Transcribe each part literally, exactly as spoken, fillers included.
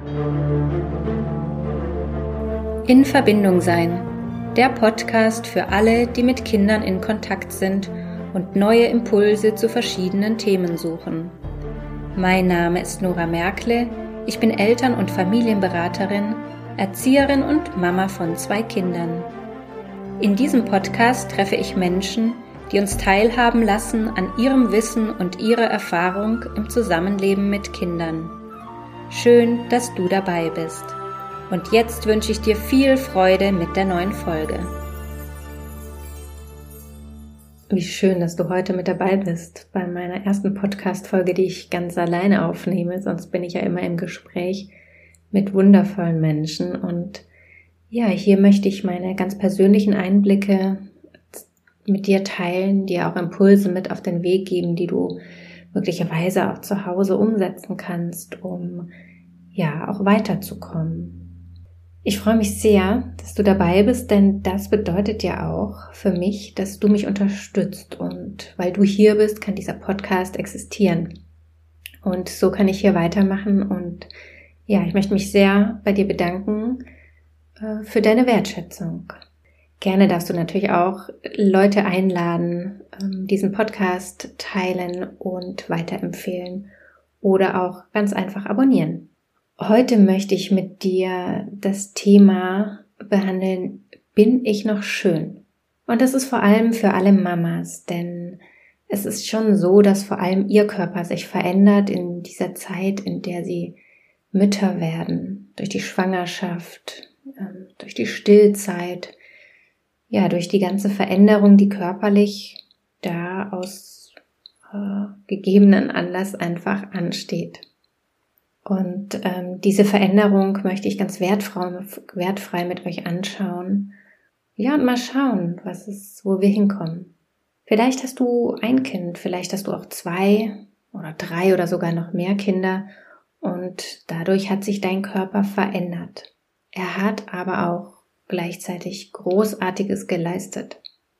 In Verbindung sein, der Podcast für alle, die mit Kindern in Kontakt sind und neue Impulse zu verschiedenen Themen suchen. Mein Name ist Nora Merkle, ich bin Eltern- und Familienberaterin, Erzieherin und Mama von zwei Kindern. In diesem Podcast treffe ich Menschen, die uns teilhaben lassen an ihrem Wissen und ihrer Erfahrung im Zusammenleben mit Kindern. Schön, dass du dabei bist. Und jetzt wünsche ich dir viel Freude mit der neuen Folge. Wie schön, dass du heute mit dabei bist bei meiner ersten Podcast-Folge, die ich ganz alleine aufnehme. Sonst bin ich ja immer im Gespräch mit wundervollen Menschen. Und ja, hier möchte ich meine ganz persönlichen Einblicke mit dir teilen, dir auch Impulse mit auf den Weg geben, die du möglicherweise auch zu Hause umsetzen kannst, um ja auch weiterzukommen. Ich freue mich sehr, dass du dabei bist, denn das bedeutet ja auch für mich, dass du mich unterstützt, und weil du hier bist, kann dieser Podcast existieren. Und so kann ich hier weitermachen, und ja, ich möchte mich sehr bei dir bedanken äh, für deine Wertschätzung. Gerne darfst du natürlich auch Leute einladen, ähm, diesen Podcast teilen und weiterempfehlen oder auch ganz einfach abonnieren. Heute möchte ich mit dir das Thema behandeln, bin ich noch schön? Und das ist vor allem für alle Mamas, denn es ist schon so, dass vor allem ihr Körper sich verändert in dieser Zeit, in der sie Mütter werden, durch die Schwangerschaft, durch die Stillzeit, ja, durch die ganze Veränderung, die körperlich da aus äh, gegebenen Anlass einfach ansteht. Und ähm, diese Veränderung möchte ich ganz wertfrei, wertfrei mit euch anschauen. Ja, und mal schauen, was ist, wo wir hinkommen. Vielleicht hast du ein Kind, vielleicht hast du auch zwei oder drei oder sogar noch mehr Kinder, und dadurch hat sich dein Körper verändert. Er hat aber auch gleichzeitig Großartiges geleistet.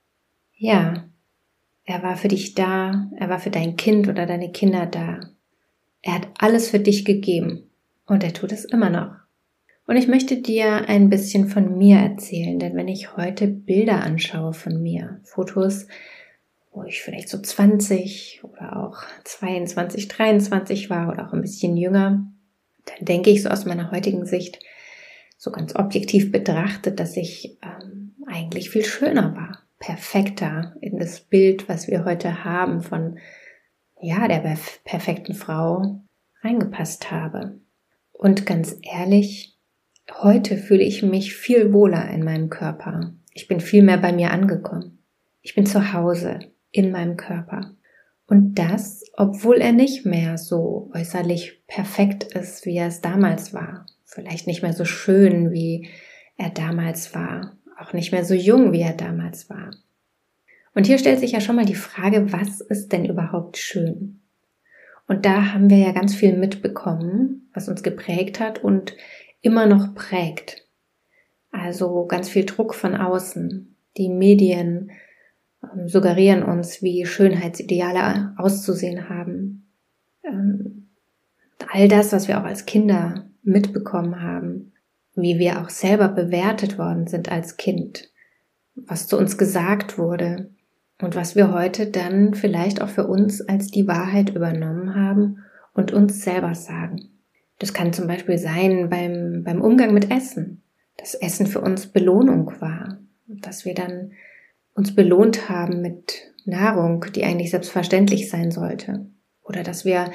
Ja, er war für dich da, er war für dein Kind oder deine Kinder da. Er hat alles für dich gegeben, und er tut es immer noch. Und ich möchte dir ein bisschen von mir erzählen, denn wenn ich heute Bilder anschaue von mir, Fotos, wo ich vielleicht so zwanzig oder auch zweiundzwanzig, dreiundzwanzig war oder auch ein bisschen jünger, dann denke ich so aus meiner heutigen Sicht, so ganz objektiv betrachtet, dass ich ähm, eigentlich viel schöner war, perfekter in das Bild, was wir heute haben von ja, der perfekten Frau reingepasst habe. Und ganz ehrlich, heute fühle ich mich viel wohler in meinem Körper. Ich bin viel mehr bei mir angekommen. Ich bin zu Hause in meinem Körper. Und das, obwohl er nicht mehr so äußerlich perfekt ist, wie er es damals war. Vielleicht nicht mehr so schön, wie er damals war. Auch nicht mehr so jung, wie er damals war. Und hier stellt sich ja schon mal die Frage, was ist denn überhaupt schön? Und da haben wir ja ganz viel mitbekommen, was uns geprägt hat und immer noch prägt. Also ganz viel Druck von außen. Die Medien ähm, suggerieren uns, wie Schönheitsideale auszusehen haben. Ähm, all das, was wir auch als Kinder mitbekommen haben, wie wir auch selber bewertet worden sind als Kind, was zu uns gesagt wurde. Und was wir heute dann vielleicht auch für uns als die Wahrheit übernommen haben und uns selber sagen. Das kann zum Beispiel sein beim, beim Umgang mit Essen. Dass Essen für uns Belohnung war. Dass wir dann uns belohnt haben mit Nahrung, die eigentlich selbstverständlich sein sollte. Oder dass wir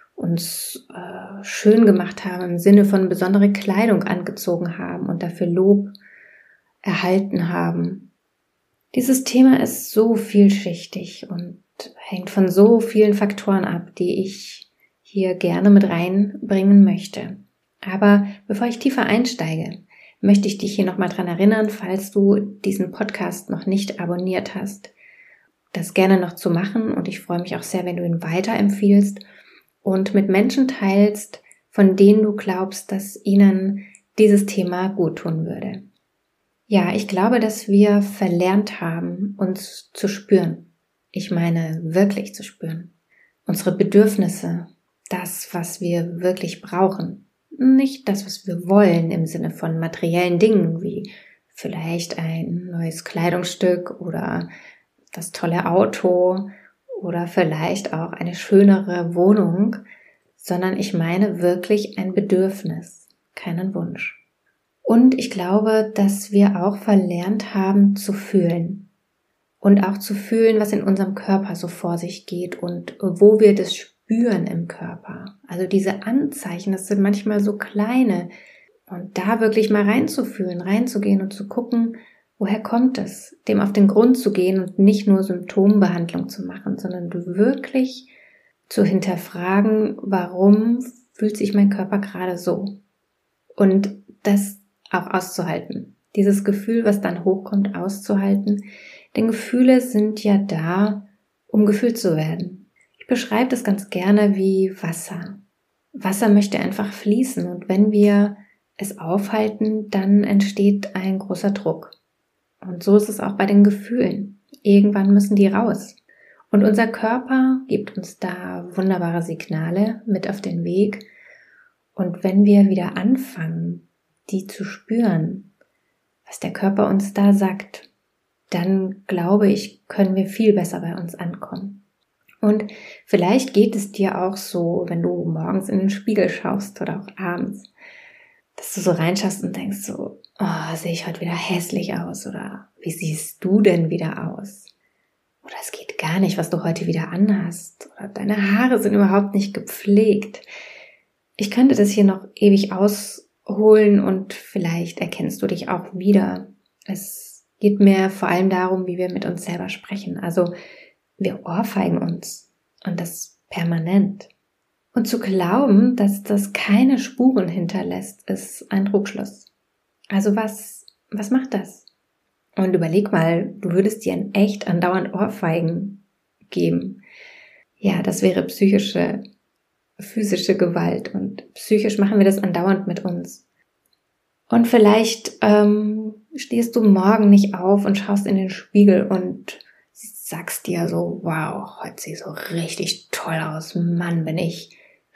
uns äh, schön gemacht haben im Sinne von besondere Kleidung angezogen haben und dafür Lob erhalten haben. Dieses Thema ist so vielschichtig und hängt von so vielen Faktoren ab, die ich hier gerne mit reinbringen möchte. Aber bevor ich tiefer einsteige, möchte ich dich hier nochmal dran erinnern, falls du diesen Podcast noch nicht abonniert hast, das gerne noch zu machen, und ich freue mich auch sehr, wenn du ihn weiterempfiehlst und mit Menschen teilst, von denen du glaubst, dass ihnen dieses Thema gut tun würde. Ja, ich glaube, dass wir verlernt haben, uns zu spüren. Ich meine, wirklich zu spüren. Unsere Bedürfnisse, das, was wir wirklich brauchen. nicht das, was wir wollen im Sinne von materiellen Dingen wie vielleicht ein neues Kleidungsstück oder das tolle Auto oder vielleicht auch eine schönere Wohnung, sondern ich meine wirklich ein Bedürfnis, keinen Wunsch. Und ich glaube, dass wir auch verlernt haben zu fühlen und auch zu fühlen, was in unserem Körper so vor sich geht und wo wir das spüren im Körper. Also diese Anzeichen, das sind manchmal so kleine. Und da wirklich mal reinzufühlen, reinzugehen und zu gucken, woher kommt es? Dem auf den Grund zu gehen und nicht nur Symptombehandlung zu machen, sondern wirklich zu hinterfragen, warum fühlt sich mein Körper gerade so? Und das auch auszuhalten. Dieses Gefühl, was dann hochkommt, auszuhalten. Denn Gefühle sind ja da, um gefühlt zu werden. Ich beschreibe das ganz gerne wie Wasser. Wasser möchte einfach fließen und wenn wir es aufhalten, dann entsteht ein großer Druck. Und so ist es auch bei den Gefühlen. Irgendwann müssen die raus. Und unser Körper gibt uns da wunderbare Signale mit auf den Weg. Und wenn wir wieder anfangen, die zu spüren, was der Körper uns da sagt, dann glaube ich, können wir viel besser bei uns ankommen. Und vielleicht geht es dir auch so, wenn du morgens in den Spiegel schaust oder auch abends, dass du so reinschaust und denkst so, oh, sehe ich heute wieder hässlich aus oder wie siehst du denn wieder aus? Oder es geht gar nicht, was du heute wieder anhast oder deine Haare sind überhaupt nicht gepflegt. Ich könnte das hier noch ewig ausholen und vielleicht erkennst du dich auch wieder. Es geht mir vor allem darum, wie wir mit uns selber sprechen. Also wir ohrfeigen uns und das permanent. Und zu glauben, dass das keine Spuren hinterlässt, ist ein Trugschluss. Also was, was macht das? Und überleg mal, du würdest dir in echt andauernd Ohrfeigen geben. Ja, das wäre psychische, physische Gewalt und psychisch machen wir das andauernd mit uns. Und vielleicht ähm, stehst du morgen nicht auf und schaust in den Spiegel und sagst dir so, wow, heute sieht so richtig toll aus, Mann, bin ich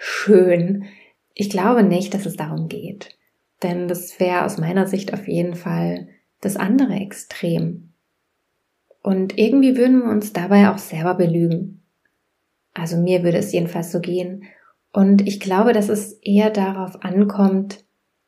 schön. Ich glaube nicht, dass es darum geht, denn das wäre aus meiner Sicht auf jeden Fall das andere Extrem. Und irgendwie würden wir uns dabei auch selber belügen. Also mir würde es jedenfalls so gehen. Und ich glaube, dass es eher darauf ankommt,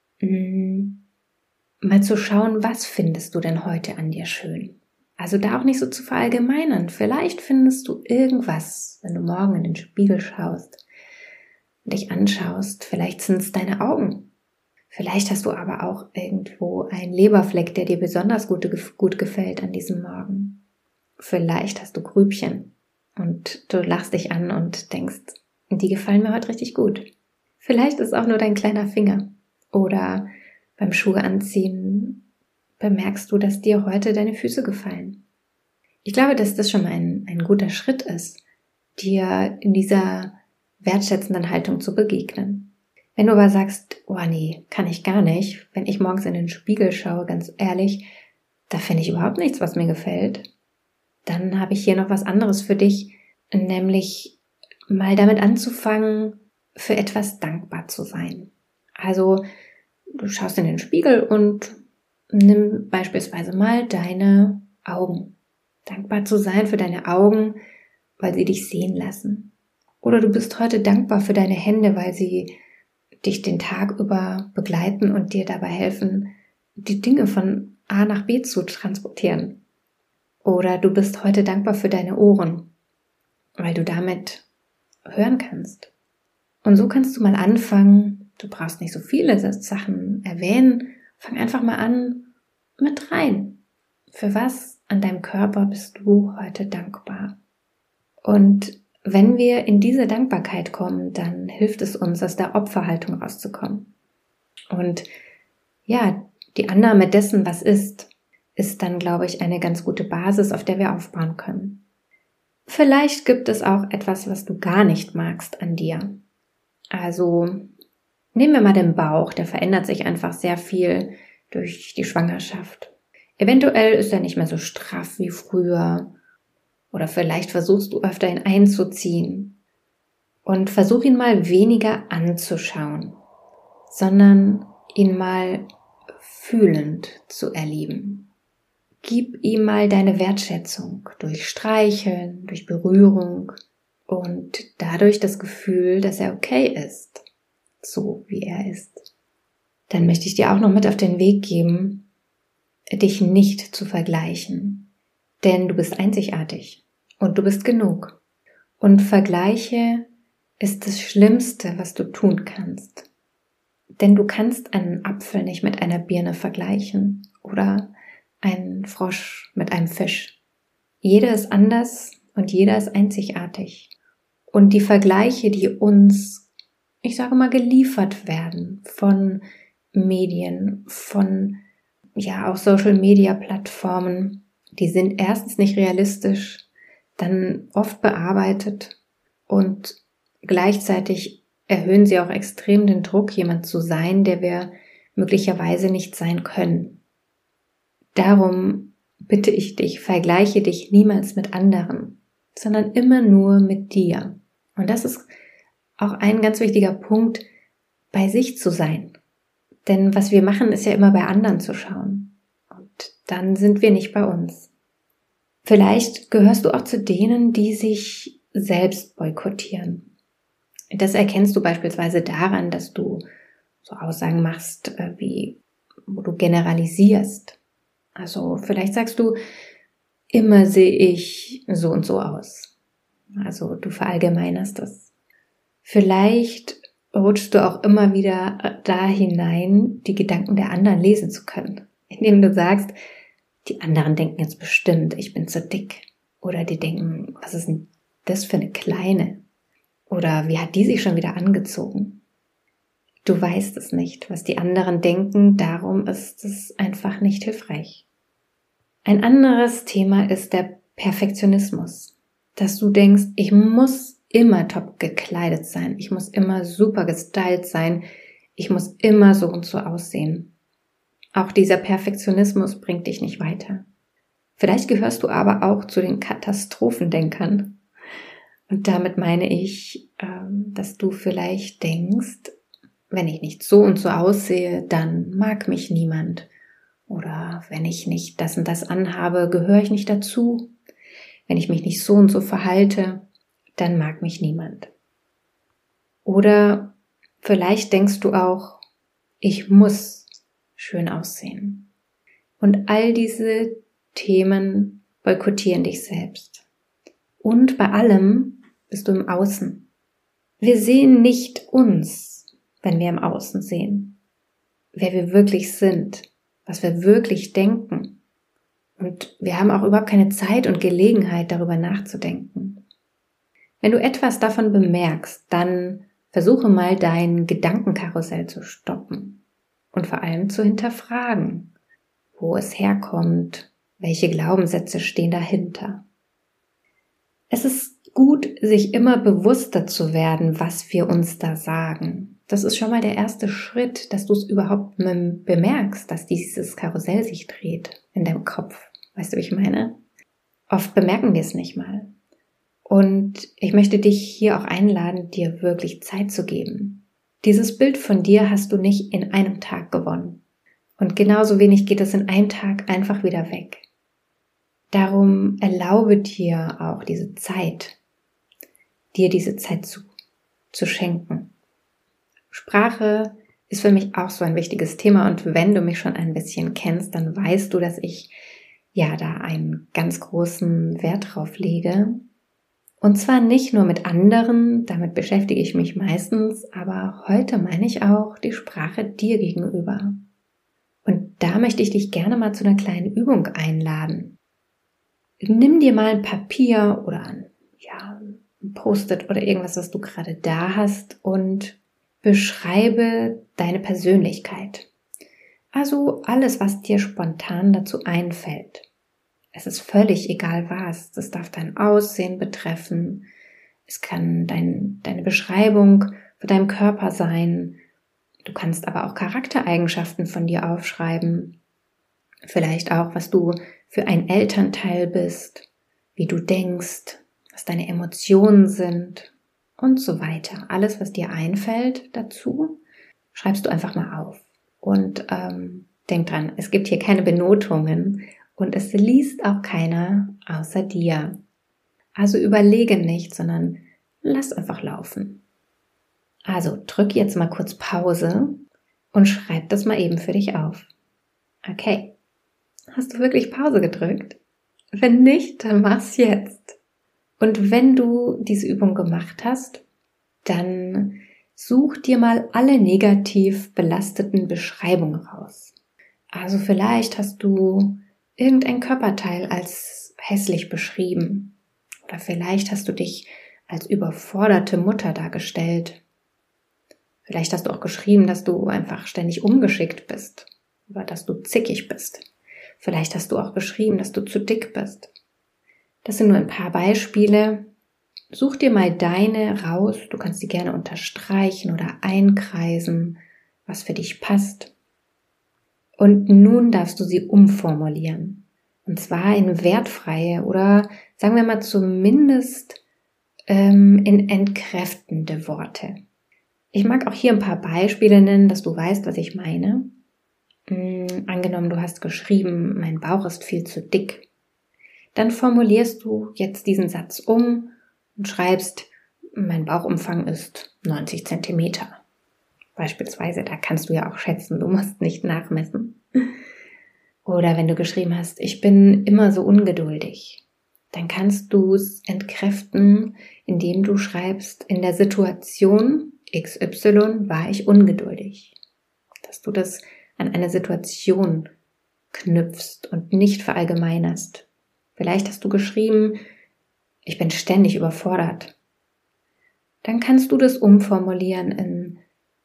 mh, mal zu schauen, was findest du denn heute an dir schön? Also da auch nicht so zu verallgemeinern. Vielleicht findest du irgendwas, wenn du morgen in den Spiegel schaust und dich anschaust. Vielleicht sind es deine Augen. Vielleicht hast du aber auch irgendwo einen Leberfleck, der dir besonders gut, gut gefällt an diesem Morgen. Vielleicht hast du Grübchen und du lachst dich an und denkst, die gefallen mir heute richtig gut. Vielleicht ist es auch nur dein kleiner Finger. Oder beim Schuhe anziehen bemerkst du, dass dir heute deine Füße gefallen. Ich glaube, dass das schon ein, ein guter Schritt ist, dir in dieser wertschätzenden Haltung zu begegnen. Wenn du aber sagst, oh nee, kann ich gar nicht, wenn ich morgens in den Spiegel schaue, ganz ehrlich, da finde ich überhaupt nichts, was mir gefällt, dann habe ich hier noch was anderes für dich, nämlich mal damit anzufangen, für etwas dankbar zu sein. Also du schaust in den Spiegel und nimm beispielsweise mal deine Augen. Dankbar zu sein für deine Augen, weil sie dich sehen lassen. Oder du bist heute dankbar für deine Hände, weil sie dich den Tag über begleiten und dir dabei helfen, die Dinge von A nach B zu transportieren. Oder du bist heute dankbar für deine Ohren, weil du damit hören kannst. Und so kannst du mal anfangen, du brauchst nicht so viele Sachen erwähnen, fang einfach mal an mit rein. Für was an deinem Körper bist du heute dankbar? Und wenn wir in diese Dankbarkeit kommen, dann hilft es uns, aus der Opferhaltung rauszukommen. Und ja, die Annahme dessen, was ist, ist dann, glaube ich, eine ganz gute Basis, auf der wir aufbauen können. Vielleicht gibt es auch etwas, was du gar nicht magst an dir. Also nehmen wir mal den Bauch, der verändert sich einfach sehr viel durch die Schwangerschaft. Eventuell ist er nicht mehr so straff wie früher. Oder vielleicht versuchst du öfter ihn einzuziehen und versuch ihn mal weniger anzuschauen. sondern ihn mal fühlend zu erleben. Gib ihm mal deine Wertschätzung durch Streicheln, durch Berührung und dadurch das Gefühl, dass er okay ist, so wie er ist. Dann möchte ich dir auch noch mit auf den Weg geben, dich nicht zu vergleichen, denn du bist einzigartig und du bist genug. Und Vergleiche ist das Schlimmste, was du tun kannst. Denn du kannst einen Apfel nicht mit einer Birne vergleichen oder einen Frosch mit einem Fisch. Jeder ist anders und jeder ist einzigartig. Und die Vergleiche, die uns, ich sage mal, geliefert werden von Medien, von ja auch Social-Media-Plattformen, die sind erstens nicht realistisch, dann oft bearbeitet und gleichzeitig erhöhen sie auch extrem den Druck, jemand zu sein, der wir möglicherweise nicht sein können. Darum bitte ich dich, vergleiche dich niemals mit anderen, sondern immer nur mit dir. Und das ist auch ein ganz wichtiger Punkt, bei sich zu sein. Denn was wir machen, ist ja immer bei anderen zu schauen. Und dann sind wir nicht bei uns. Vielleicht gehörst du auch zu denen, die sich selbst boykottieren. Das erkennst du beispielsweise daran, dass du so Aussagen machst, wie, wo du generalisierst. Also vielleicht sagst du, immer sehe ich so und so aus. Also du verallgemeinerst das. Vielleicht rutschst du auch immer wieder da hinein, die Gedanken der anderen lesen zu können. Indem du sagst, die anderen denken jetzt bestimmt, ich bin zu dick. Oder die denken, was ist denn das für eine Kleine? Oder wie hat die sich schon wieder angezogen? Du weißt es nicht, was die anderen denken, darum ist es einfach nicht hilfreich. Ein anderes Thema ist der Perfektionismus. Dass du denkst, ich muss immer top gekleidet sein, ich muss immer super gestylt sein, ich muss immer so und so aussehen. Auch dieser Perfektionismus bringt dich nicht weiter. Vielleicht gehörst du aber auch zu den Katastrophendenkern. Und damit meine ich, dass du vielleicht denkst, wenn ich nicht so und so aussehe, dann mag mich niemand. Oder wenn ich nicht das und das anhabe, gehöre ich nicht dazu. Wenn ich mich nicht so und so verhalte, dann mag mich niemand. Oder vielleicht denkst du auch, ich muss schön aussehen. Und all diese Themen boykottieren dich selbst. Und bei allem bist du im Außen. Wir sehen nicht uns, wenn wir im Außen sehen, wer wir wirklich sind, was wir wirklich denken. Und wir haben auch überhaupt keine Zeit und Gelegenheit, darüber nachzudenken. Wenn du etwas davon bemerkst, dann versuche mal dein Gedankenkarussell zu stoppen und vor allem zu hinterfragen, wo es herkommt, welche Glaubenssätze stehen dahinter. Es ist gut, sich immer bewusster zu werden, was wir uns da sagen. Das ist schon mal der erste Schritt, dass du es überhaupt bemerkst, dass dieses Karussell sich dreht in deinem Kopf. Weißt du, wie ich meine? Oft bemerken wir es nicht mal. Und ich möchte dich hier auch einladen, dir wirklich Zeit zu geben. Dieses Bild von dir hast du nicht in einem Tag gewonnen. Und genauso wenig geht es in einem Tag einfach wieder weg. Darum erlaube dir auch diese Zeit, dir diese Zeit zu, zu schenken. Sprache ist für mich auch so ein wichtiges Thema und wenn du mich schon ein bisschen kennst, dann weißt du, dass ich ja da einen ganz großen Wert drauf lege. Und zwar nicht nur mit anderen, damit beschäftige ich mich meistens, aber heute meine ich auch die Sprache dir gegenüber. Und da möchte ich dich gerne mal zu einer kleinen Übung einladen. Nimm dir mal ein Papier oder ein, ja, ein Post-it oder irgendwas, was du gerade da hast und beschreibe deine Persönlichkeit. Also alles, was dir spontan dazu einfällt. Es ist völlig egal was. Das darf dein Aussehen betreffen. Es kann dein, deine Beschreibung von deinem Körper sein. Du kannst aber auch Charaktereigenschaften von dir aufschreiben. Vielleicht auch, was du für ein Elternteil bist, wie du denkst, was deine Emotionen sind und so weiter. Alles, was dir einfällt dazu, schreibst du einfach mal auf. Und ähm, denk dran, es gibt hier keine Benotungen und es liest auch keiner außer dir. Also überlege nicht, sondern lass einfach laufen. Also drück jetzt mal kurz Pause und schreib das mal eben für dich auf. Okay, hast du wirklich Pause gedrückt? Wenn nicht, dann mach's jetzt. Und wenn du diese Übung gemacht hast, dann such dir mal alle negativ belasteten Beschreibungen raus. Also vielleicht hast du irgendein Körperteil als hässlich beschrieben. Oder vielleicht hast du dich als überforderte Mutter dargestellt. Vielleicht hast du auch geschrieben, dass du einfach ständig ungeschickt bist. Oder dass du zickig bist. Vielleicht hast du auch geschrieben, dass du zu dick bist. Das sind nur ein paar Beispiele. Such dir mal deine raus. Du kannst die gerne unterstreichen oder einkreisen, was für dich passt. Und nun darfst du sie umformulieren. Und zwar in wertfreie oder sagen wir mal zumindest ähm, in entkräftende Worte. Ich mag auch hier ein paar Beispiele nennen, dass du weißt, was ich meine. Ähm, angenommen, du hast geschrieben, mein Bauch ist viel zu dick. Dann formulierst du jetzt diesen Satz um und schreibst, mein Bauchumfang ist neunzig Zentimeter. Beispielsweise, da kannst du ja auch schätzen, du musst nicht nachmessen. Oder wenn du geschrieben hast, ich bin immer so ungeduldig, dann kannst du es entkräften, indem du schreibst, in der Situation X Y war ich ungeduldig. Dass du das an eine Situation knüpfst und nicht verallgemeinerst. Vielleicht hast du geschrieben, ich bin ständig überfordert. Dann kannst du das umformulieren in,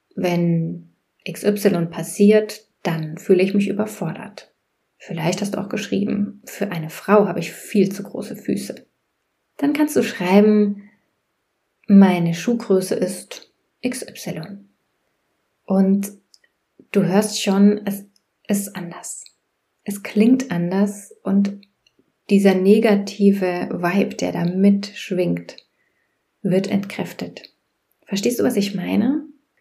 wenn X Y passiert, dann fühle ich mich überfordert. Vielleicht hast du auch geschrieben, für eine Frau habe ich viel zu große Füße. Dann kannst du schreiben, meine Schuhgröße ist X Y. Und du hörst schon, es ist anders. Es klingt anders und dieser negative Vibe, der da mitschwingt, wird entkräftet. Verstehst du, was ich meine?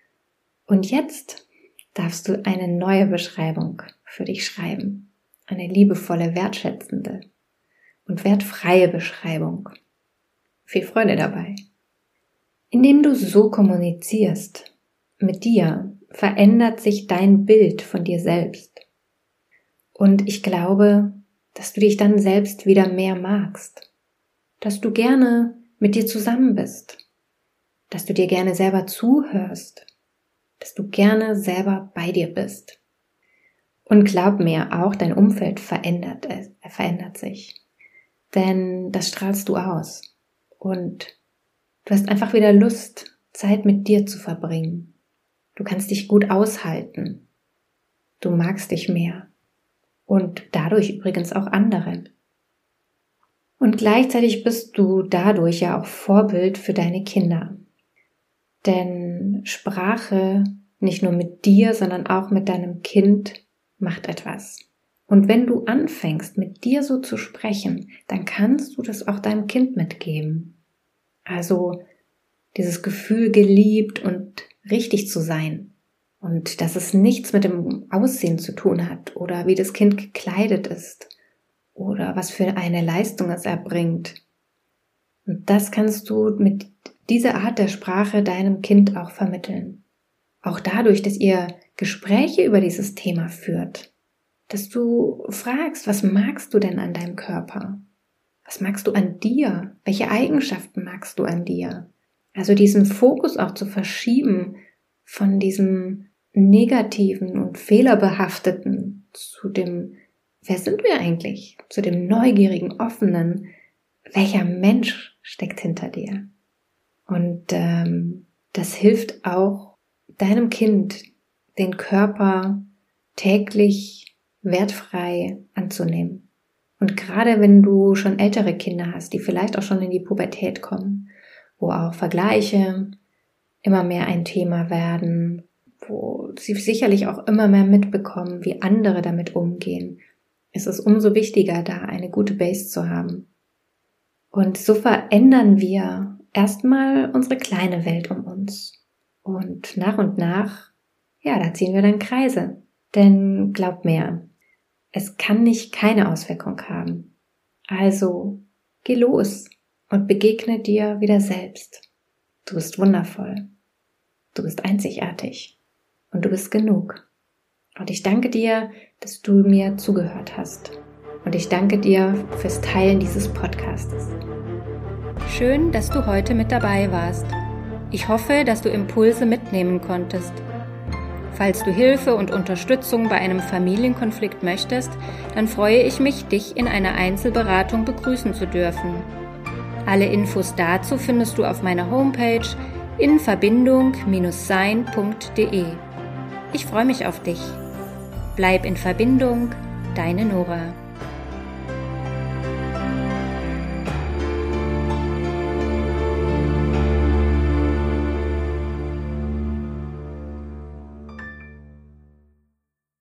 Und jetzt darfst du eine neue Beschreibung für dich schreiben. Eine liebevolle, wertschätzende und wertfreie Beschreibung. Viel Freude dabei. Indem du so kommunizierst mit dir, verändert sich dein Bild von dir selbst. Und ich glaube, dass du dich dann selbst wieder mehr magst. Dass du gerne mit dir zusammen bist. Dass du dir gerne selber zuhörst. Dass du gerne selber bei dir bist. Und glaub mir, auch dein Umfeld verändert, äh, verändert sich. Denn das strahlst du aus. Und du hast einfach wieder Lust, Zeit mit dir zu verbringen. Du kannst dich gut aushalten. Du magst dich mehr. Und dadurch übrigens auch andere. Und gleichzeitig bist du dadurch ja auch Vorbild für deine Kinder. Denn Sprache nicht nur mit dir, sondern auch mit deinem Kind macht etwas. Und wenn du anfängst, mit dir so zu sprechen, dann kannst du das auch deinem Kind mitgeben. Also dieses Gefühl, geliebt und richtig zu sein. Und dass es nichts mit dem Aussehen zu tun hat oder wie das Kind gekleidet ist oder was für eine Leistung es erbringt. Und das kannst du mit dieser Art der Sprache deinem Kind auch vermitteln. Auch dadurch, dass ihr Gespräche über dieses Thema führt. Dass du fragst, was magst du denn an deinem Körper? Was magst du an dir? Welche Eigenschaften magst du an dir? Also diesen Fokus auch zu verschieben von diesem negativen und fehlerbehafteten zu dem, wer sind wir eigentlich? Zu dem neugierigen, offenen, welcher Mensch steckt hinter dir? Und ähm, das hilft auch deinem Kind, den Körper täglich wertfrei anzunehmen. Und gerade wenn du schon ältere Kinder hast, die vielleicht auch schon in die Pubertät kommen, wo auch Vergleiche immer mehr ein Thema werden, wo sie sicherlich auch immer mehr mitbekommen, wie andere damit umgehen, ist es umso wichtiger, da eine gute Base zu haben. Und so verändern wir erstmal unsere kleine Welt um uns. Und nach und nach, ja, da ziehen wir dann Kreise. Denn glaub mir, es kann nicht keine Auswirkung haben. Also geh los und begegne dir wieder selbst. Du bist wundervoll. Du bist einzigartig. Und du bist genug. Und ich danke dir, dass du mir zugehört hast. Und ich danke dir fürs Teilen dieses Podcastes. Schön, dass du heute mit dabei warst. Ich hoffe, dass du Impulse mitnehmen konntest. Falls du Hilfe und Unterstützung bei einem Familienkonflikt möchtest, dann freue ich mich, dich in einer Einzelberatung begrüßen zu dürfen. Alle Infos dazu findest du auf meiner Homepage in verbindung sein punkt de. Ich freue mich auf dich. Bleib in Verbindung, deine Nora.